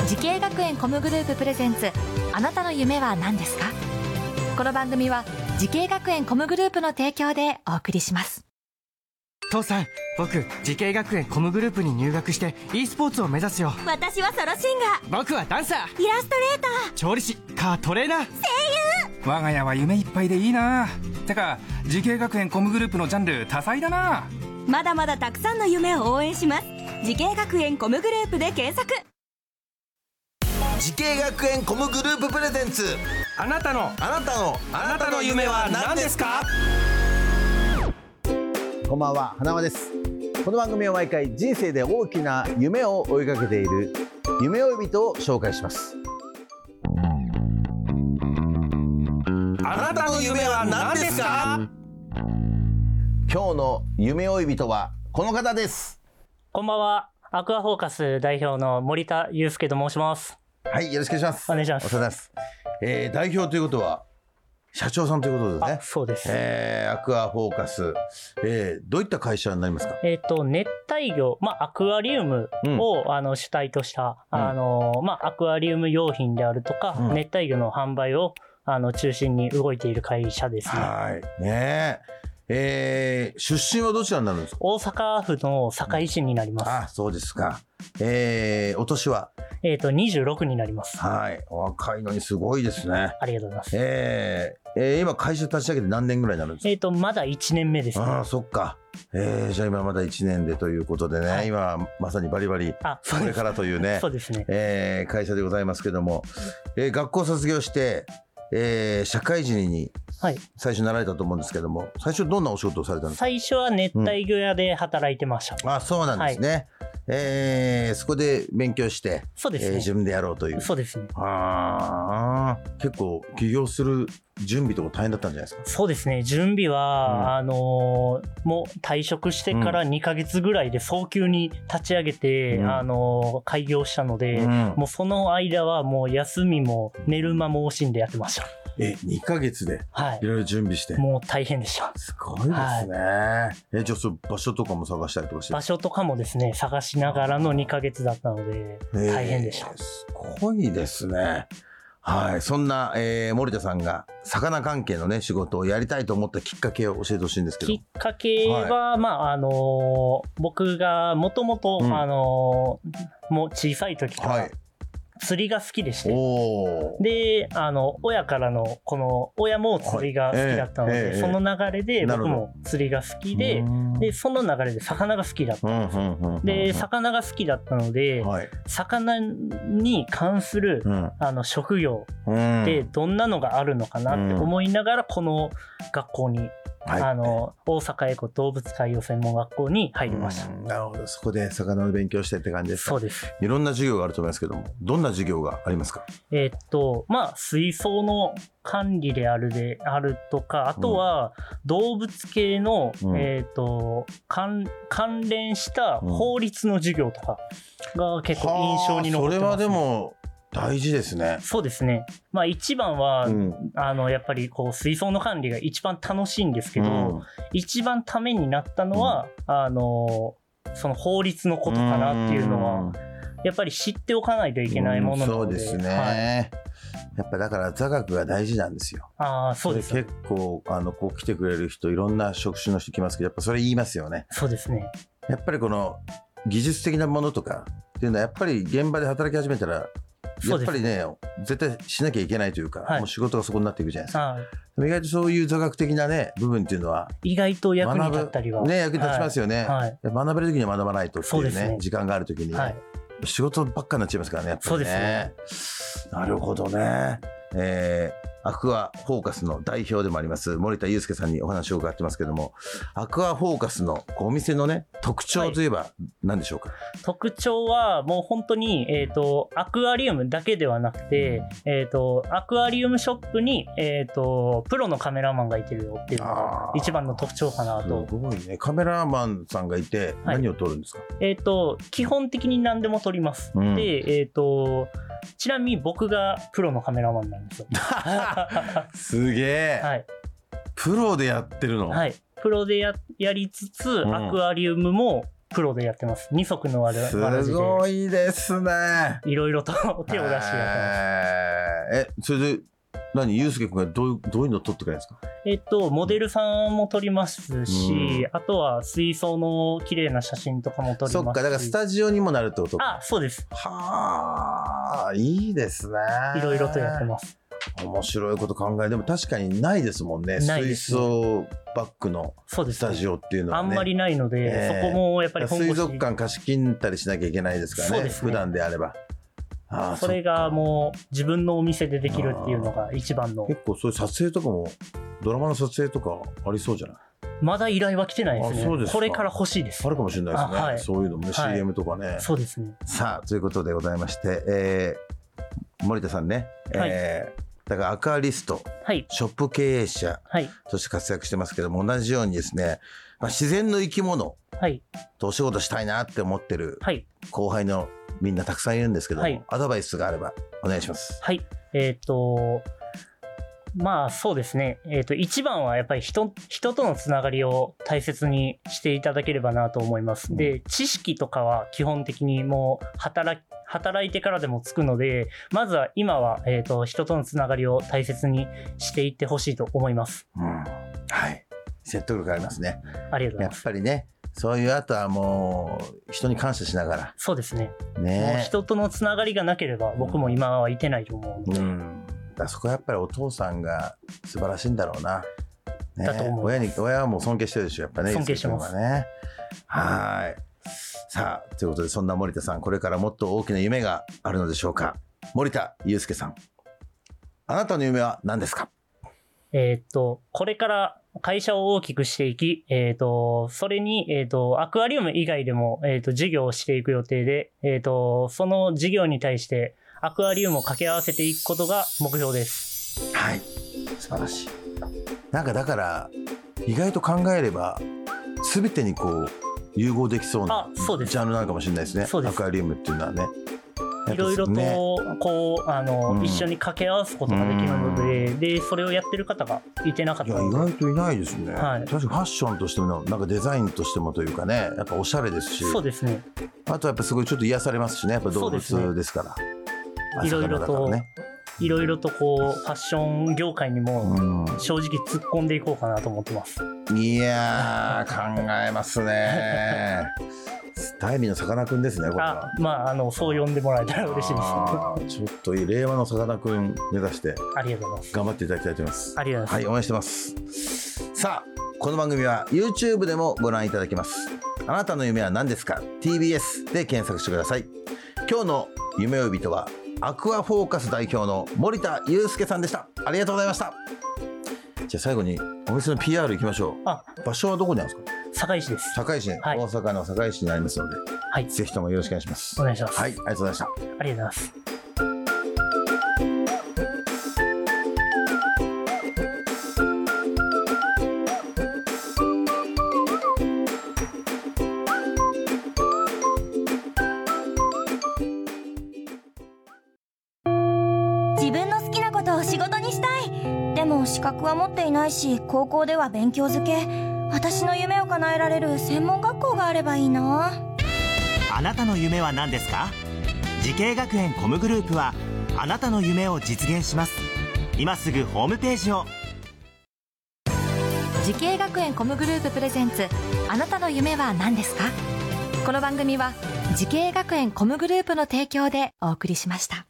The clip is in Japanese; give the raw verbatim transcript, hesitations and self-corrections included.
時系学園コムグループプレゼンツ、あなたの夢は何ですか？この番組は時系学園コムグループの提供でお送りします。 父さん、僕時系学園コムグループに入学して e スポーツを目指すよ。 私はソロシンガー、 僕はダンサー、 イラストレーター、 調理師、カートレーナー、声優。我が家は夢いっぱいでいいな。てか時系学園コムグループのジャンル多彩だな。 まだまだたくさんの夢を応援します。時系学園コムグループで検索。 時系学園コムグループプレゼンツ、 あなたのあなたのあなたの夢は何ですか？ こんばんは、花輪です。この番組は毎回人生で大きな夢を追いかけている夢追い人を紹介します。 あなたの夢は何ですか？ 今日の夢追い人はこの方です。 こんばんは、アクアフォーカス代表の森田祐介と申します。 はい、よろしくお願いします。 お願いします。 お世話になります。えー、代表ということは社長さんということですね。 そうです。 えー、アクアフォーカス、えー、どういった会社になりますか？ えっ、ー、と熱帯魚、まあアクアリウムを、うん、あの主体とした、うん、あのまあアクアリウム用品であるとか、うん、熱帯魚の販売をあの中心に動いている会社ですね。 はいねえー、出身はどちらになるんですか？ 大阪府の堺市になります。 あ、そうですか。えー、お年はえっ、ー、とにじゅうろくになります。 はい、お若いのにすごいですね。 ありがとうございます。 えーえー、今会社立ち上げて何年ぐらいになるんですか？ えっ、ー、とまだいちねんめですね。 ああ、そっか。えー、じゃあ今まだいちねんでということでね、はい、今まさにバリバリこれからというね、 そうですね、 えー、会社でございますけども、えー、学校卒業してえー、社会人に最初なられたと思うんですけども、はい、最初どんなお仕事をされたんですか？ 最初は熱帯魚屋で働いてました。 うん、あ、そうなんですね。はい、えー、そこで勉強して、 そうですね、えー、 自分でやろうという。 そうですね。 ああ、結構起業する準備とか大変だったんじゃないですか？ そうですね、準備は、うん、あのー、もう退職してからにかげつぐらいで早急に立ち上げて、うん、あのー、開業したので、うん、もうその間はもう休みも寝る間も惜しんでやってました。 え、にかげつでいろいろ準備して、はい、 もう大変でした。 すごいですね。はい、え、じゃあその場所とかも探したりとかして？ 場所とかもですね、探しながらのにかげつだったので大変でした。えー、 すごいですね。はい、そんな、えー、森田さんが魚関係のね仕事をやりたいと思ったきっかけを教えてほしいんですけど。 きっかけは、はい、まああのー、僕がもともとあのー、もう小さい時から、はい、釣りが好きでして、であの親からのこの親も釣りが好きだったので、はい、えーえー、その流れで僕も釣りが好きで、でその流れで魚が好きだったんですよ。で魚が好きだったので、はい、魚に関する、うん、あの職業ってどんなのがあるのかなって思いながらこの学校に、はい、あの大阪エコ動物海洋専門学校に入りました。 なるほど、そこで魚の勉強してって感じですか？ そうです。 いろんな授業があると思いますけども、どんな授業がありますか？ えー、っとまあ水槽の管理であるであるとか、あとは動物系の、うん、えー、っと関関連した法律の授業とかが結構印象に残ってます、ね。それはでも大事ですね。 そうですね。まあ一番は、うん、あのやっぱりこう水槽の管理が一番楽しいんですけど、うん、一番ためになったのは、うん、あのその法律のことかなっていうのは、うん、やっぱり知っておかないといけないものなので、 うん、そうですね。はい、やっぱだから座学が大事なんですよ。 ああ、そうです。 結構あのこう来てくれる人いろんな職種の人来ますけど、やっぱそれ言いますよね。 そうですね。 やっぱりこの技術的なものとかっていうのはやっぱり現場で働き始めたら。やっぱりね絶対しなきゃいけないというか、はい、もう仕事がそこになっていくじゃないですか、はい、でも意外とそういう座学的なね部分っていうのは意外と役に立ったりはね役に立ちますよね、はい、学べる時には学ばないとっていうね、 そうですね、 時間がある時に、はい、仕事ばっかになっちゃいますからねやっぱりね。そうですね。なるほどね。えーアクアフォーカスの代表でもあります森田祐介さんにお話を伺ってますけども、アクアフォーカスのお店のね特徴といえば何でしょうか？はい、 特徴はもう本当に、えーと、アクアリウムだけではなくて、えーと、アクアリウムショップに、えーと、プロのカメラマンがいてるよっていうのが一番の特徴かなと。 すごいね。カメラマンさんがいて何を撮るんですか？はい、 えーと、基本的に何でも撮ります。うん、で、えーとちなみに僕がプロのカメラマンなんですよ。 すげえ、 はい、 プロでやってるの？ はい、プロで や, やりつつ、うん、アクアリウムもプロでやってます。二足のわらじで。 すごいですね。 いろいろと手を出してやってます。 えー、それで何、ゆうすけくんがどういうどういうの撮ってくれるんですか？ えっとモデルさんも撮りますし、うん、あとは水槽の綺麗な写真とかも撮りますし。 そっか、だからスタジオにもなるってことか。 あ、そうです。 はあ、いいですね。 いろいろとやってます。 面白いこと考え、でも確かにないですもんね。 ないですね。水槽バックのスタジオっていうのは、ね、 あんまりないので、えー、そこもやっぱり本腰。 水族館貸し切ったりしなきゃいけないですからね。そうですね。普段であれば。 あ、それがもう自分のお店でできるっていうのが一番の。 結構そういう撮影とかも、ドラマの撮影とかありそうじゃない？ まだ依頼は来てないですね。 そうですか。 これから欲しいです。 あるかもしれないですね。はい、そういうのも シーエム とかね、はい。 そうですね。 さあ、ということでございまして、えー、森田さんね、はい、えー、だからアクアリスト、はい、ショップ経営者として活躍してますけども、同じようにですね、まあ、自然の生き物とお仕事したいなって思ってる後輩のみんなたくさんいるんですけども、はい、アドバイスがあればお願いします。 はい、えっとまあそうですね、えー、と一番はやっぱり 人, 人とのつながりを大切にしていただければなと思います。で、知識とかは基本的にもう働働いてからでもつくので、まずは今は、えー、と人とのつながりを大切にしていってほしいと思います。 うん、はい、説得力ありますね。 ありがとうございます。 やっぱりね、そういう、あとはもう人に感謝しながら。 そうですね。 ね、 もう人とのつながりがなければ僕も今はいてないと思うので、うん、 だそこはやっぱりお父さんが素晴らしいんだろうな、ね、 だと思います。 親に親はもう尊敬してるでしょ、やっぱね。 尊敬してます。 ね、はい。さあ、ということで、そんな森田さん、これからもっと大きな夢があるのでしょうか。森田祐介さん、あなたの夢は何ですか？ えー、っとこれから会社を大きくしていき、えー、とそれに、えー、とアクアリウム以外でも、えー、と事業をしていく予定で、えー、とその事業に対してアクアリウムを掛け合わせていくことが目標です。 はい、素晴らしい。なんかだから意外と考えれば全てにこう融合できそうなジャンルなのかもしれないですね。 そうです。 アクアリウムっていうのはね、 いろいろとこうあの、うん、一緒に掛け合わすことができるので、でそれをやってる方がいてなかったので。 いや、意外といないですね。 はい、 確かにファッションとしてもなんかデザインとしてもというかね、やっぱおしゃれですし。 そうですね。 あとやっぱすごいちょっと癒されますしね、やっぱ動物ですから。 いろいろといろいろとこうファッション業界にも正直突っ込んでいこうかなと思ってます。 いやー、考えますね。第二のさかなクンですね、これは。 あ、まあ、あのそう呼んでもらえたら嬉しいです。 ちょっといい令和のさかなクン目指してありがとうございます。 頑張っていただきたいと思います。 ありがとうございます。 はい、応援してます。さあ、この番組は YouTube でもご覧いただけます。あなたの夢は何ですか？ ティービーエス で検索してください。今日の夢呼びとはアクアフォーカス代表の森田祐介さんでした。ありがとうございました。じゃあ最後にお店の ピーアール 行きましょう。あ、場所はどこにあるんですか？ 堺市です。 堺市、はい、大阪の堺市にありますので、はい、ぜひともよろしくお願いします。 お願いします。 はい、ありがとうございました。 ありがとうございます。 自分の好きなことを仕事にしたい。でも資格は持っていないし、高校では勉強づけ。私の夢を叶えられる専門学校があればいいな。 あなたの夢は何ですか？時系学園コムグループはあなたの夢を実現します。今すぐホームページを。 時系学園コムグループプレゼンツ、あなたの夢は何ですか？この番組は時系学園コムグループの提供でお送りしました。